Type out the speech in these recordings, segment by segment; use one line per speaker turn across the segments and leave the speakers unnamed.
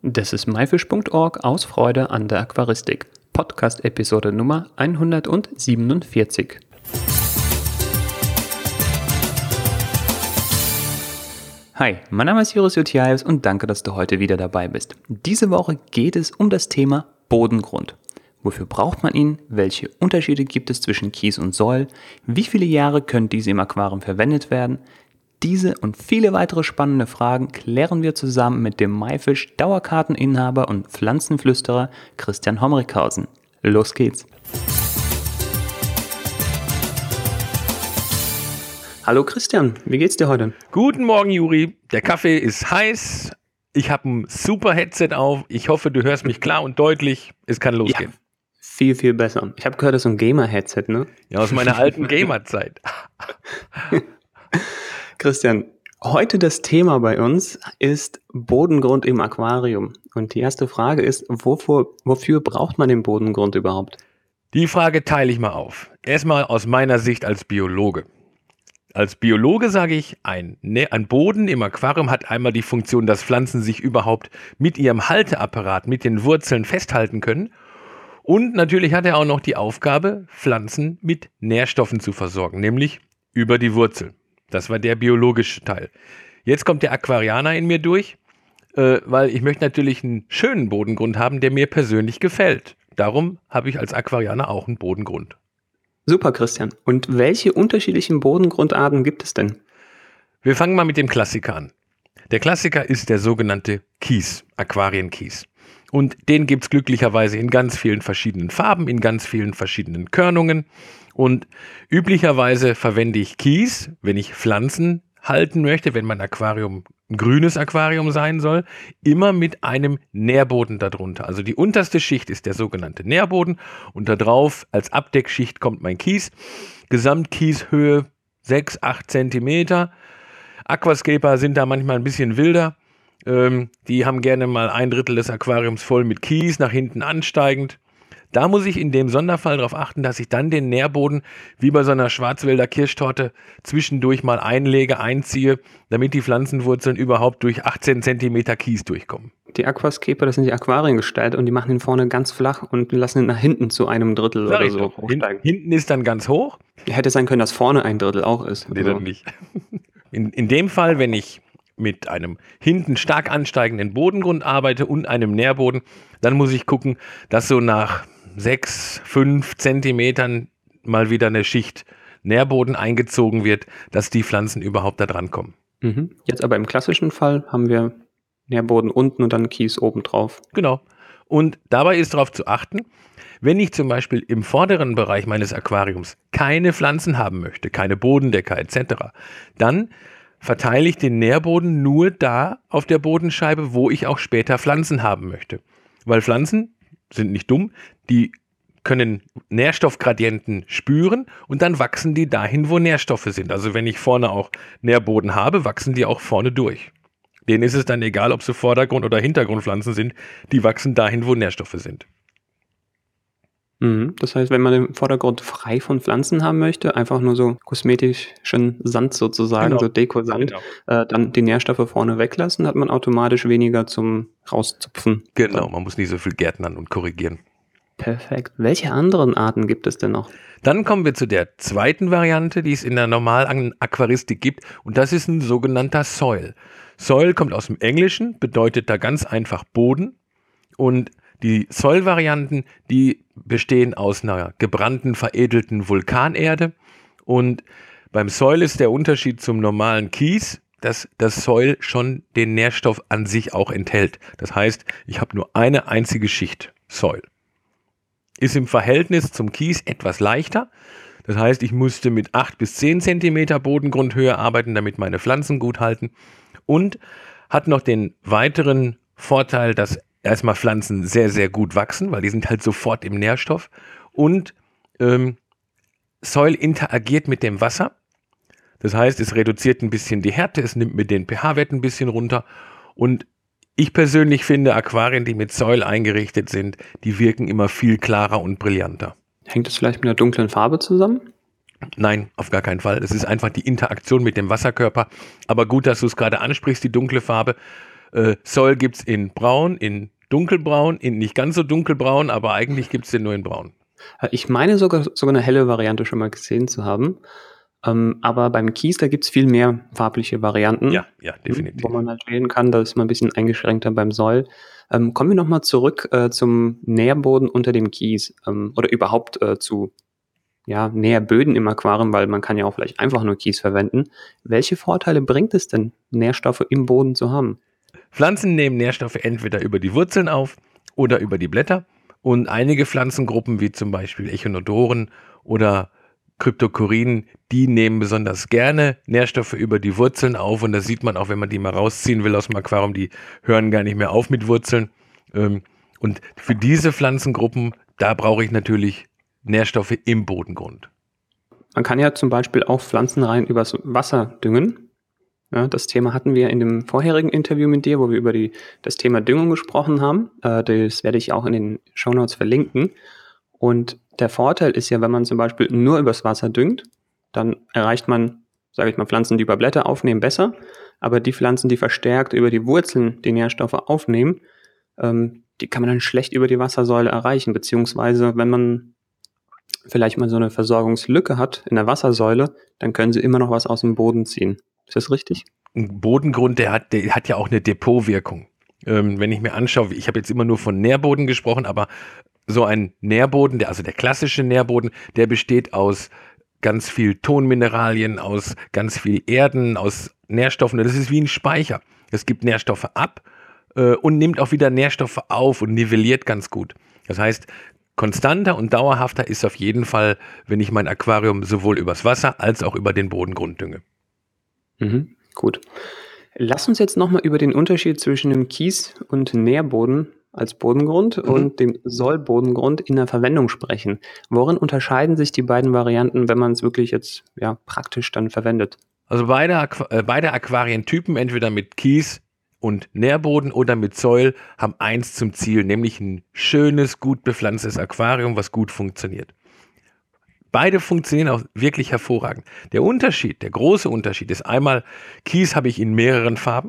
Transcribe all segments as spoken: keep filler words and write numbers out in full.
Das ist myfish punkt org aus Freude an der Aquaristik. Podcast-Episode Nummer hundertsiebenundvierzig. Hi, mein Name ist Joris Jutiaevs und danke, dass du heute wieder dabei bist. Diese Woche geht es um das Thema Bodengrund. Wofür braucht man ihn? Welche Unterschiede gibt es zwischen Kies und Soil? Wie viele Jahre können diese im Aquarium verwendet werden? Diese und viele weitere spannende Fragen klären wir zusammen mit dem myfish Dauerkarteninhaber und Pflanzenflüsterer Christian Homrichhausen. Los geht's! Hallo Christian, wie geht's dir heute?
Guten Morgen Juri, der Kaffee ist heiß, ich habe ein super Headset auf, ich hoffe du hörst mich klar und deutlich, es kann losgehen.
Ja, viel, viel besser. Ich habe gehört, das ist so ein Gamer-Headset, ne?
Ja, aus meiner alten Gamer-Zeit.
Christian, heute das Thema bei uns ist Bodengrund im Aquarium. Und die erste Frage ist, wofür, wofür braucht man den Bodengrund überhaupt?
Die Frage teile ich mal auf. Erstmal aus meiner Sicht als Biologe. Als Biologe sage ich, ein, ne, ein Boden im Aquarium hat einmal die Funktion, dass Pflanzen sich überhaupt mit ihrem Halteapparat, mit den Wurzeln festhalten können. Und natürlich hat er auch noch die Aufgabe, Pflanzen mit Nährstoffen zu versorgen, nämlich über die Wurzel. Das war der biologische Teil. Jetzt kommt der Aquarianer in mir durch, äh, weil ich möchte natürlich einen schönen Bodengrund haben, der mir persönlich gefällt. Darum habe ich als Aquarianer auch einen Bodengrund.
Super, Christian. Und welche unterschiedlichen Bodengrundarten gibt es denn?
Wir fangen mal mit dem Klassiker an. Der Klassiker ist der sogenannte Kies, Aquarienkies. Und den gibt es glücklicherweise in ganz vielen verschiedenen Farben, in ganz vielen verschiedenen Körnungen. Und üblicherweise verwende ich Kies, wenn ich Pflanzen halten möchte, wenn mein Aquarium ein grünes Aquarium sein soll, immer mit einem Nährboden darunter. Also die unterste Schicht ist der sogenannte Nährboden und da drauf als Abdeckschicht kommt mein Kies. Gesamtkieshöhe sechs, acht Zentimeter. Aquascaper sind da manchmal ein bisschen wilder. Ähm, die haben gerne mal ein Drittel des Aquariums voll mit Kies, nach hinten ansteigend. Da muss ich in dem Sonderfall darauf achten, dass ich dann den Nährboden wie bei so einer Schwarzwälder Kirschtorte zwischendurch mal einlege, einziehe, damit die Pflanzenwurzeln überhaupt durch achtzehn Zentimeter Kies durchkommen.
Die Aquascaper, das sind die Aquarien gestaltet und die machen ihn vorne ganz flach und lassen ihn nach hinten zu einem Drittel
Sag
oder
ich
so
doch.
hochsteigen.
Hin, hinten ist dann ganz hoch.
Hätte sein können, dass vorne ein Drittel auch ist.
Nee, dann nicht. In, in dem Fall, wenn ich mit einem hinten stark ansteigenden Bodengrund arbeite und einem Nährboden, dann muss ich gucken, dass so nach sechs, fünf Zentimetern mal wieder eine Schicht Nährboden eingezogen wird, dass die Pflanzen überhaupt da dran kommen.
Mhm. Jetzt aber im klassischen Fall haben wir Nährboden unten und dann Kies oben drauf.
Genau. Und dabei ist darauf zu achten, wenn ich zum Beispiel im vorderen Bereich meines Aquariums keine Pflanzen haben möchte, keine Bodendecke et cetera, dann verteile ich den Nährboden nur da auf der Bodenscheibe, wo ich auch später Pflanzen haben möchte. Weil Pflanzen sind nicht dumm, die können Nährstoffgradienten spüren und dann wachsen die dahin, wo Nährstoffe sind. Also wenn ich vorne auch Nährboden habe, wachsen die auch vorne durch. Denen ist es dann egal, ob sie Vordergrund- oder Hintergrundpflanzen sind, die wachsen dahin, wo Nährstoffe sind.
Mhm. Das heißt, wenn man den Vordergrund frei von Pflanzen haben möchte, einfach nur so kosmetischen Sand sozusagen,
Genau.
so Dekosand,
Genau.
äh, dann die Nährstoffe vorne weglassen, hat man automatisch weniger zum Rauszupfen.
Genau, man muss nicht so viel gärtnern und korrigieren.
Perfekt. Welche anderen Arten gibt es denn noch?
Dann kommen wir zu der zweiten Variante, die es in der normalen Aquaristik gibt, und das ist ein sogenannter Soil. Soil kommt aus dem Englischen, bedeutet da ganz einfach Boden, und die Soil-Varianten, die bestehen aus einer gebrannten, veredelten Vulkanerde, und beim Soil ist der Unterschied zum normalen Kies, dass das Soil schon den Nährstoff an sich auch enthält. Das heißt, ich habe nur eine einzige Schicht Soil. Ist im Verhältnis zum Kies etwas leichter. Das heißt, ich musste mit acht bis zehn Zentimeter Bodengrundhöhe arbeiten, damit meine Pflanzen gut halten. Und hat noch den weiteren Vorteil, dass erstmal Pflanzen sehr, sehr gut wachsen, weil die sind halt sofort im Nährstoff. Und ähm, Soil interagiert mit dem Wasser. Das heißt, es reduziert ein bisschen die Härte, es nimmt mir den pH-Wert ein bisschen runter. Und ich persönlich finde, Aquarien, die mit Soil eingerichtet sind, die wirken immer viel klarer und brillanter.
Hängt das vielleicht mit einer dunklen Farbe zusammen?
Nein, auf gar keinen Fall. Es ist einfach die Interaktion mit dem Wasserkörper. Aber gut, dass du es gerade ansprichst, die dunkle Farbe. Äh, Soil gibt es in braun, in dunkelbraun, in nicht ganz so dunkelbraun, aber eigentlich gibt es den nur in braun.
Ich meine sogar, sogar eine helle Variante schon mal gesehen zu haben. Ähm, aber beim Kies, da gibt es viel mehr farbliche Varianten.
Ja, ja, definitiv.
Wo man halt wählen kann, da ist man ein bisschen eingeschränkter beim Soil. Ähm, kommen wir nochmal zurück äh, zum Nährboden unter dem Kies ähm, oder überhaupt äh, zu ja, Nährböden im Aquarium, weil man kann ja auch vielleicht einfach nur Kies verwenden. Welche Vorteile bringt es denn, Nährstoffe im Boden zu haben?
Pflanzen nehmen Nährstoffe entweder über die Wurzeln auf oder über die Blätter. Und einige Pflanzengruppen, wie zum Beispiel Echinodoren oder Kryptokorinen, die nehmen besonders gerne Nährstoffe über die Wurzeln auf. Und das sieht man auch, wenn man die mal rausziehen will aus dem Aquarium, die hören gar nicht mehr auf mit Wurzeln. Und für diese Pflanzengruppen, da brauche ich natürlich Nährstoffe im Bodengrund.
Man kann ja zum Beispiel auch Pflanzenreihen übers Wasser düngen. Ja, das Thema hatten wir in dem vorherigen Interview mit dir, wo wir über die, das Thema Düngung gesprochen haben. Äh, das werde ich auch in den Shownotes verlinken. Und der Vorteil ist ja, wenn man zum Beispiel nur übers Wasser düngt, dann erreicht man, sage ich mal, Pflanzen, die über Blätter aufnehmen, besser. Aber die Pflanzen, die verstärkt über die Wurzeln die Nährstoffe aufnehmen, ähm, die kann man dann schlecht über die Wassersäule erreichen. Beziehungsweise, wenn man vielleicht mal so eine Versorgungslücke hat in der Wassersäule, dann können sie immer noch was aus dem Boden ziehen. Ist das richtig?
Ein Bodengrund, der hat, der hat ja auch eine Depotwirkung. Ähm, wenn ich mir anschaue, ich habe jetzt immer nur von Nährboden gesprochen, aber so ein Nährboden, der, also der klassische Nährboden, der besteht aus ganz viel Tonmineralien, aus ganz viel Erden, aus Nährstoffen. Das ist wie ein Speicher. Es gibt Nährstoffe ab äh, und nimmt auch wieder Nährstoffe auf und nivelliert ganz gut. Das heißt, konstanter und dauerhafter ist auf jeden Fall, wenn ich mein Aquarium sowohl übers Wasser als auch über den Bodengrund dünge.
Mhm, gut. Lass uns jetzt nochmal über den Unterschied zwischen dem Kies- und Nährboden als Bodengrund mhm. und dem Sollbodengrund in der Verwendung sprechen. Worin unterscheiden sich die beiden Varianten, wenn man es wirklich jetzt ja, praktisch dann verwendet?
Also beide, Aqu- äh, beide Aquarientypen, entweder mit Kies und Nährboden oder mit Soil, haben eins zum Ziel, nämlich ein schönes, gut bepflanztes Aquarium, was gut funktioniert. Beide funktionieren auch wirklich hervorragend. Der Unterschied, der große Unterschied ist einmal, Kies habe ich in mehreren Farben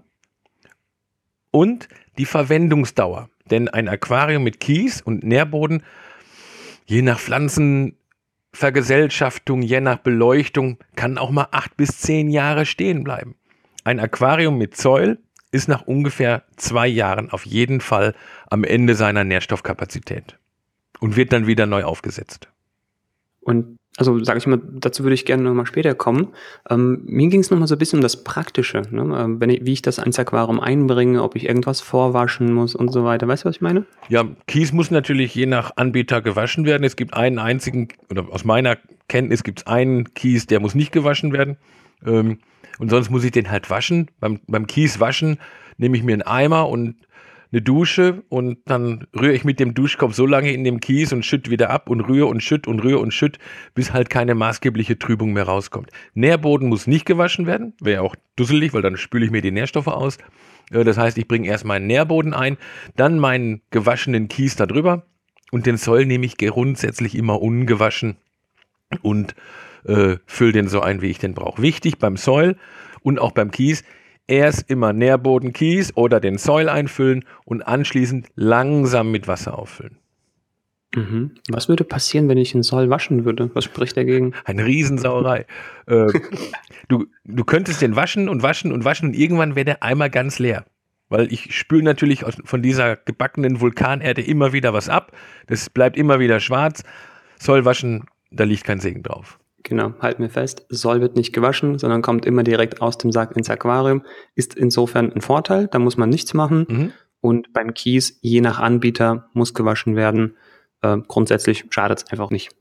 und die Verwendungsdauer. Denn ein Aquarium mit Kies und Nährboden, je nach Pflanzenvergesellschaftung, je nach Beleuchtung, kann auch mal acht bis zehn Jahre stehen bleiben. Ein Aquarium mit Soil ist nach ungefähr zwei Jahren auf jeden Fall am Ende seiner Nährstoffkapazität und wird dann wieder neu aufgesetzt.
Und also sage ich mal, dazu würde ich gerne nochmal später kommen. Ähm, mir ging es nochmal so ein bisschen um das Praktische, ne? ähm, wenn ich, wie ich das ins Aquarium einbringe, ob ich irgendwas vorwaschen muss und so weiter. Weißt du, was ich meine?
Ja, Kies muss natürlich je nach Anbieter gewaschen werden. Es gibt einen einzigen, oder aus meiner Kenntnis gibt es einen Kies, der muss nicht gewaschen werden. Ähm, und sonst muss ich den halt waschen. Beim, beim Kies waschen nehme ich mir einen Eimer und eine Dusche und dann rühre ich mit dem Duschkopf so lange in dem Kies und schütt wieder ab und rühre und schütt und rühre und schütt, bis halt keine maßgebliche Trübung mehr rauskommt. Nährboden muss nicht gewaschen werden, wäre auch dusselig, weil dann spüle ich mir die Nährstoffe aus. Das heißt, ich bringe erst meinen Nährboden ein, dann meinen gewaschenen Kies da drüber und den Soil nehme ich grundsätzlich immer ungewaschen und äh, fülle den so ein, wie ich den brauche. Wichtig beim Soil und auch beim Kies, erst immer Nährboden, Kies oder den Soil einfüllen und anschließend langsam mit Wasser auffüllen.
Mhm. Was würde passieren, wenn ich den Soil waschen würde? Was spricht dagegen?
Eine Riesensauerei. äh, du, du könntest den waschen und waschen und waschen und irgendwann wäre der Eimer ganz leer. Weil ich spüle natürlich aus, von dieser gebackenen Vulkanerde immer wieder was ab. Das bleibt immer wieder schwarz. Soil waschen, da liegt kein Segen drauf.
Genau, halten wir fest, Soll wird nicht gewaschen, sondern kommt immer direkt aus dem Sack ins Aquarium. Ist insofern ein Vorteil, da muss man nichts machen. Mhm. Und beim Kies, je nach Anbieter, muss gewaschen werden. Äh, grundsätzlich schadet es einfach nicht.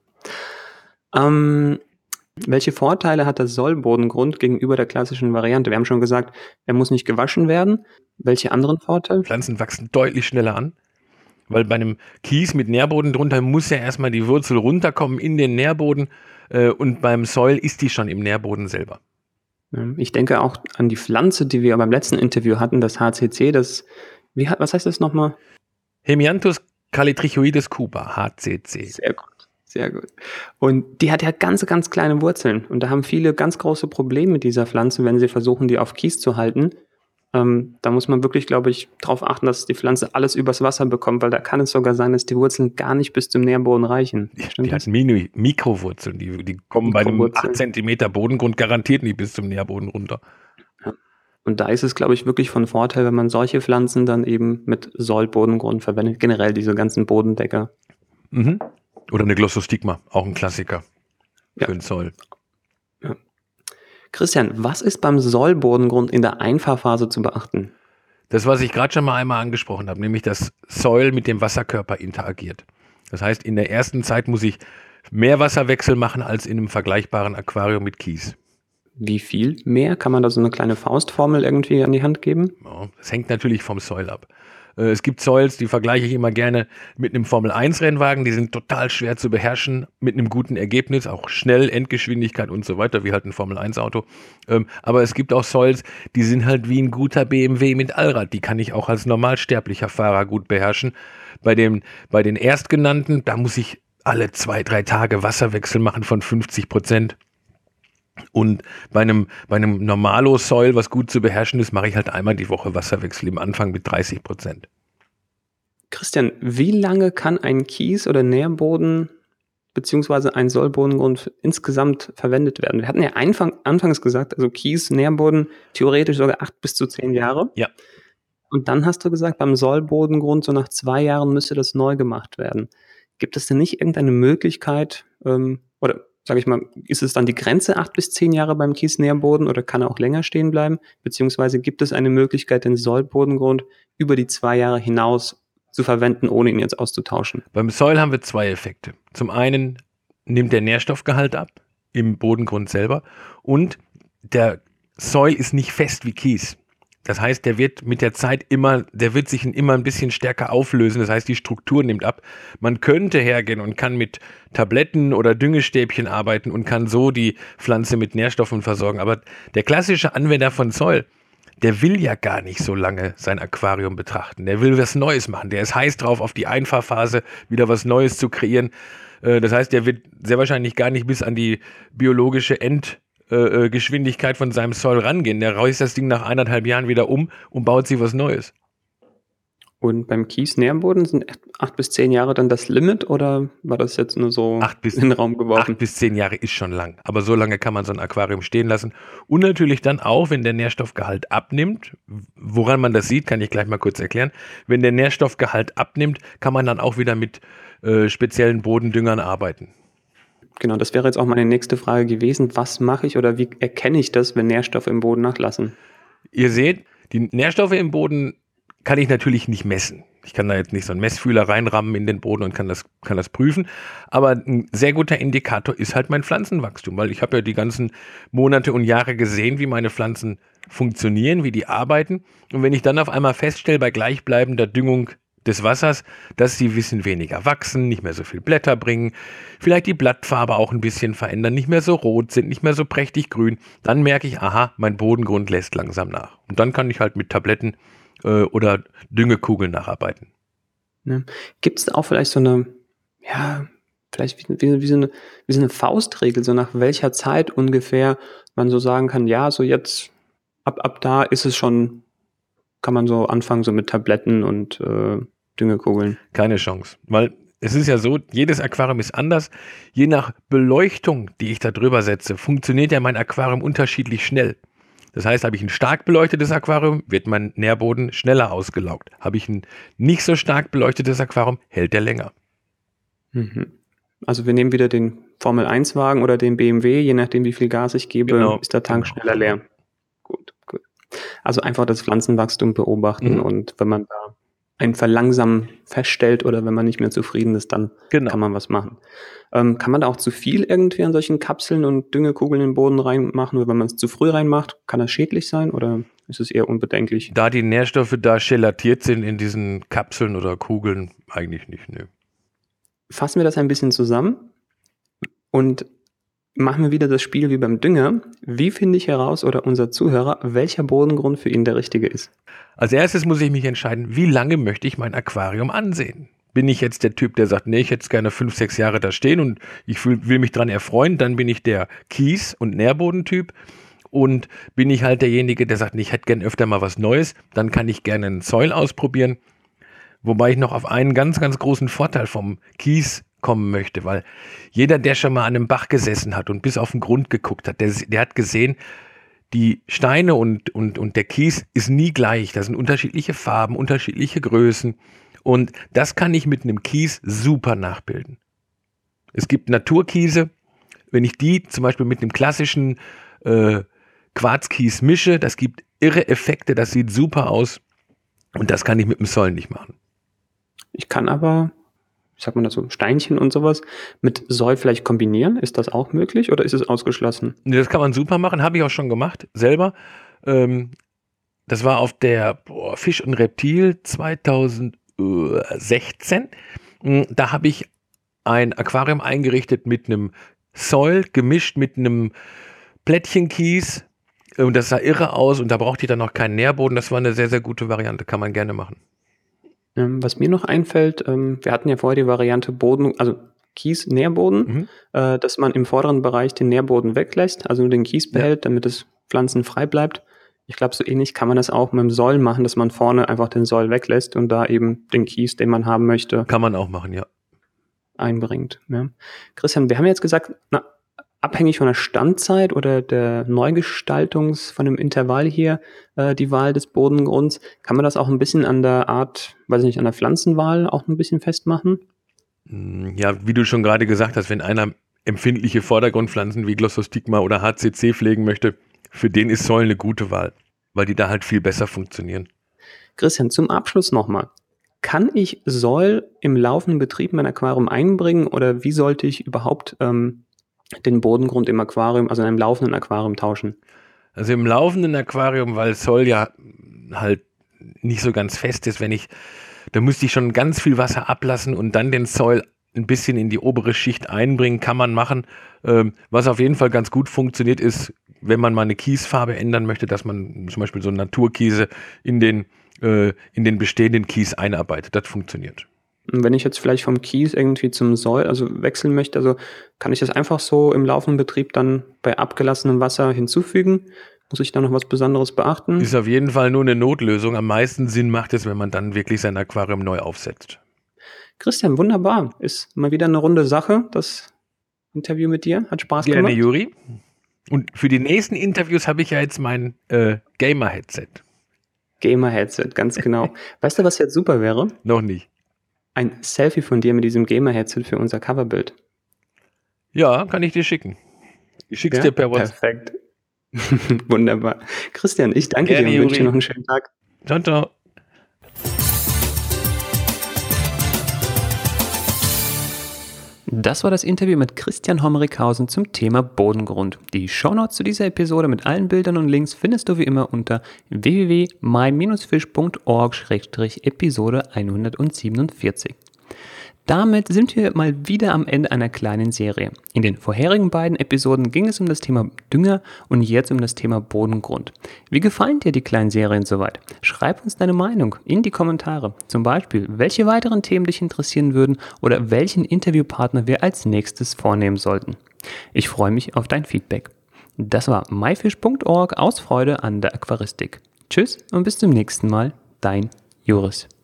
Ähm, welche Vorteile hat der Sollbodengrund gegenüber der klassischen Variante? Wir haben schon gesagt, er muss nicht gewaschen werden. Welche anderen Vorteile?
Pflanzen wachsen deutlich schneller an. Weil bei einem Kies mit Nährboden drunter muss ja erstmal die Wurzel runterkommen in den Nährboden. Und beim Soil ist die schon im Nährboden selber.
Ich denke auch an die Pflanze, die wir beim letzten Interview hatten, das H C C, das, wie, was heißt das nochmal?
Hemianthus calitrichoides Cooper, H C C.
Sehr gut, sehr gut. Und die hat ja ganz, ganz kleine Wurzeln. Und da haben viele ganz große Probleme mit dieser Pflanze, wenn sie versuchen, die auf Kies zu halten. Ähm, da muss man wirklich, glaube ich, darauf achten, dass die Pflanze alles übers Wasser bekommt, weil da kann es sogar sein, dass die Wurzeln gar nicht bis zum Nährboden reichen.
Stimmt, die hat Mini Mikrowurzeln, die, die kommen bei einem acht Zentimeter Bodengrund garantiert nicht bis zum Nährboden runter.
Ja. Und da ist es, glaube ich, wirklich von Vorteil, wenn man solche Pflanzen dann eben mit Sollbodengrund verwendet. Generell diese ganzen Bodendecker.
Mhm. Oder eine Glossostigma, auch ein Klassiker
ja.
für den Soll.
Ja. Christian, was ist beim Sollbodengrund in der Einfahrphase zu beachten?
Das, was ich gerade schon mal einmal angesprochen habe, nämlich dass Soil mit dem Wasserkörper interagiert. Das heißt, in der ersten Zeit muss ich mehr Wasserwechsel machen als in einem vergleichbaren Aquarium mit Kies.
Wie viel mehr? Kann man da so eine kleine Faustformel irgendwie an die Hand geben?
Ja, das hängt natürlich vom Soil ab. Es gibt Soils, die vergleiche ich immer gerne mit einem Formel eins Rennwagen, die sind total schwer zu beherrschen, mit einem guten Ergebnis, auch schnell, Endgeschwindigkeit und so weiter, wie halt ein Formel eins Auto. Aber es gibt auch Soils, die sind halt wie ein guter B M W mit Allrad, die kann ich auch als normalsterblicher Fahrer gut beherrschen. Bei, dem, bei den Erstgenannten, da muss ich alle zwei, drei Tage Wasserwechsel machen von fünfzig Prozent. Und bei einem, bei einem Normalo-Soil, was gut zu beherrschen ist, mache ich halt einmal die Woche Wasserwechsel im Anfang mit dreißig Prozent.
Christian, wie lange kann ein Kies- oder Nährboden beziehungsweise ein Sollbodengrund insgesamt verwendet werden? Wir hatten ja Anfang, anfangs gesagt, also Kies, Nährboden, theoretisch sogar acht bis zu zehn Jahre.
Ja.
Und dann hast du gesagt, beim Sollbodengrund so nach zwei Jahren müsste das neu gemacht werden. Gibt es denn nicht irgendeine Möglichkeit, ähm, oder sage ich mal, ist es dann die Grenze acht bis zehn Jahre beim Kies-Nährboden oder kann er auch länger stehen bleiben? Beziehungsweise gibt es eine Möglichkeit, den Sollbodengrund über die zwei Jahre hinaus zu verwenden, ohne ihn jetzt auszutauschen?
Beim Soil haben wir zwei Effekte. Zum einen nimmt der Nährstoffgehalt ab im Bodengrund selber und der Soil ist nicht fest wie Kies. Das heißt, der wird mit der Zeit immer, der wird sich immer ein bisschen stärker auflösen. Das heißt, die Struktur nimmt ab. Man könnte hergehen und kann mit Tabletten oder Düngestäbchen arbeiten und kann so die Pflanze mit Nährstoffen versorgen. Aber der klassische Anwender von Soil, der will ja gar nicht so lange sein Aquarium betrachten. Der will was Neues machen. Der ist heiß drauf, auf die Einfahrphase wieder was Neues zu kreieren. Das heißt, der wird sehr wahrscheinlich gar nicht bis an die biologische End Äh, Geschwindigkeit von seinem Soil rangehen. Der reißt das Ding nach eineinhalb Jahren wieder um und baut sich was Neues.
Und beim Kies-Nährboden sind acht bis zehn Jahre dann das Limit oder war das jetzt nur so
acht bis,
in den Raum geworfen?
Acht bis zehn Jahre ist schon lang, aber so lange kann man so ein Aquarium stehen lassen. Und natürlich dann auch, wenn der Nährstoffgehalt abnimmt, woran man das sieht, kann ich gleich mal kurz erklären. Wenn der Nährstoffgehalt abnimmt, kann man dann auch wieder mit äh, speziellen Bodendüngern arbeiten.
Genau, das wäre jetzt auch meine nächste Frage gewesen. Was mache ich oder wie erkenne ich das, wenn Nährstoffe im Boden nachlassen?
Ihr seht, die Nährstoffe im Boden kann ich natürlich nicht messen. Ich kann da jetzt nicht so einen Messfühler reinrammen in den Boden und kann das, kann das prüfen. Aber ein sehr guter Indikator ist halt mein Pflanzenwachstum, weil ich habe ja die ganzen Monate und Jahre gesehen, wie meine Pflanzen funktionieren, wie die arbeiten. Und wenn ich dann auf einmal feststelle, bei gleichbleibender Düngung des Wassers, dass sie ein bisschen weniger wachsen, nicht mehr so viel Blätter bringen, vielleicht die Blattfarbe auch ein bisschen verändern, nicht mehr so rot sind, nicht mehr so prächtig grün, dann merke ich, aha, mein Bodengrund lässt langsam nach. Und dann kann ich halt mit Tabletten äh, oder Düngekugeln nacharbeiten.
Ja. Gibt es da auch vielleicht so eine, ja, vielleicht wie, wie, wie, so eine, wie so eine Faustregel, so nach welcher Zeit ungefähr man so sagen kann, ja, so jetzt, ab, ab da ist es schon, kann man so anfangen, so mit Tabletten und äh, Düngekugeln?
Keine Chance, weil es ist ja so, jedes Aquarium ist anders. Je nach Beleuchtung, die ich da drüber setze, funktioniert ja mein Aquarium unterschiedlich schnell. Das heißt, habe ich ein stark beleuchtetes Aquarium, wird mein Nährboden schneller ausgelaugt. Habe ich ein nicht so stark beleuchtetes Aquarium, hält der länger.
Mhm. Also wir nehmen wieder den Formel eins Wagen oder den B M W, je nachdem wie viel Gas ich gebe,
Genau.
ist der Tank schneller leer. Gut, gut. Also einfach das Pflanzenwachstum beobachten, mhm. und wenn man da ein Verlangsamen feststellt oder wenn man nicht mehr zufrieden ist, dann genau. kann man was machen. Ähm, kann man da auch zu viel irgendwie an solchen Kapseln und Düngekugeln in den Boden reinmachen, oder wenn man es zu früh reinmacht, kann das schädlich sein oder ist es eher unbedenklich?
Da die Nährstoffe da gelatiert sind in diesen Kapseln oder Kugeln, eigentlich nicht, ne.
Fassen wir das ein bisschen zusammen und machen wir wieder das Spiel wie beim Dünger. Wie finde ich heraus, oder unser Zuhörer, welcher Bodengrund für ihn der richtige ist?
Als erstes muss ich mich entscheiden, wie lange möchte ich mein Aquarium ansehen? Bin ich jetzt der Typ, der sagt, nee, ich hätte gerne fünf, sechs Jahre da stehen und ich will, will mich dran erfreuen, dann bin ich der Kies- und Nährbodentyp. und bin ich halt derjenige, der sagt, ich hätte gern öfter mal was Neues, dann kann ich gerne einen Soil ausprobieren. Wobei ich noch auf einen ganz, ganz großen Vorteil vom Kies kommen möchte, weil jeder, der schon mal an einem Bach gesessen hat und bis auf den Grund geguckt hat, der, der hat gesehen, die Steine und, und, und der Kies ist nie gleich. Da sind unterschiedliche Farben, unterschiedliche Größen und das kann ich mit einem Kies super nachbilden. Es gibt Naturkiese, wenn ich die zum Beispiel mit einem klassischen äh, Quarzkies mische, das gibt irre Effekte, das sieht super aus und das kann ich mit dem Soil nicht machen.
Ich kann aber, wie sagt man das so, Steinchen und sowas mit Soil vielleicht kombinieren. Ist das auch möglich oder ist es ausgeschlossen?
Nee, das kann man super machen, habe ich auch schon gemacht, selber. Ähm, das war auf der boah, Fisch und Reptil zweitausendsechzehn. Da habe ich ein Aquarium eingerichtet mit einem Soil gemischt mit einem Plättchenkies. Und das sah irre aus und da brauchte ich dann noch keinen Nährboden. Das war eine sehr, sehr gute Variante, kann man gerne machen.
Was mir noch einfällt, wir hatten ja vorher die Variante Boden, also Kies, Nährboden, mhm. dass man im vorderen Bereich den Nährboden weglässt, also nur den Kies behält, ja. damit es pflanzenfrei bleibt. Ich glaube, so ähnlich kann man das auch mit dem Soil machen, dass man vorne einfach den Soil weglässt und da eben den Kies, den man haben möchte,
kann man auch machen, ja.
einbringt. Ja. Christian, wir haben jetzt gesagt, na, abhängig von der Standzeit oder der Neugestaltungs von dem Intervall hier, äh, die Wahl des Bodengrunds, kann man das auch ein bisschen an der Art, weiß ich nicht, an der Pflanzenwahl auch ein bisschen festmachen?
Ja, wie du schon gerade gesagt hast, wenn einer empfindliche Vordergrundpflanzen wie Glossostigma oder H C C pflegen möchte, für den ist Soil eine gute Wahl, weil die da halt viel besser funktionieren.
Christian, zum Abschluss nochmal. Kann ich Soil im laufenden Betrieb mein Aquarium einbringen oder wie sollte ich überhaupt ähm, den Bodengrund im Aquarium, also in einem laufenden Aquarium tauschen?
Also im laufenden Aquarium, weil Soil ja halt nicht so ganz fest ist, wenn ich, da müsste ich schon ganz viel Wasser ablassen und dann den Soil ein bisschen in die obere Schicht einbringen, kann man machen. Ähm, was auf jeden Fall ganz gut funktioniert ist, wenn man mal eine Kiesfarbe ändern möchte, dass man zum Beispiel so Naturkiese in den, äh, in den bestehenden Kies einarbeitet. Das funktioniert.
Und wenn ich jetzt vielleicht vom Kies irgendwie zum Soil, also wechseln möchte, also kann ich das einfach so im laufenden Betrieb dann bei abgelassenem Wasser hinzufügen? Muss ich da noch was Besonderes beachten?
Ist auf jeden Fall nur eine Notlösung. Am meisten Sinn macht es, wenn man dann wirklich sein Aquarium neu aufsetzt.
Christian, wunderbar. Ist mal wieder eine runde Sache, das Interview mit dir. Hat Spaß
Gerne,
gemacht.
Juri. Und für die nächsten Interviews habe ich ja jetzt mein äh, Gamer-Headset.
Gamer-Headset, ganz genau. Weißt du, was jetzt super wäre?
Noch nicht.
Ein Selfie von dir mit diesem Gamer-Headset für unser Coverbild.
Ja, kann ich dir schicken. Ich schick's
ja?
dir per WhatsApp.
Perfekt. Wunderbar. Christian, ich danke
Gerne,
dir und wünsche
Juri.
dir noch einen schönen Tag.
Ciao, ciao.
Das war das Interview mit Christian Hommerichhausen zum Thema Bodengrund. Die Shownotes zu dieser Episode mit allen Bildern und Links findest du wie immer unter w w w punkt my dash fish punkt org slash Episode hundertsiebenundvierzig. Damit sind wir mal wieder am Ende einer kleinen Serie. In den vorherigen beiden Episoden ging es um das Thema Dünger und jetzt um das Thema Bodengrund. Wie gefallen dir die kleinen Serien soweit? Schreib uns deine Meinung in die Kommentare. Zum Beispiel, welche weiteren Themen dich interessieren würden oder welchen Interviewpartner wir als nächstes vornehmen sollten. Ich freue mich auf dein Feedback. Das war my fish punkt org aus Freude an der Aquaristik. Tschüss und bis zum nächsten Mal, dein Joris.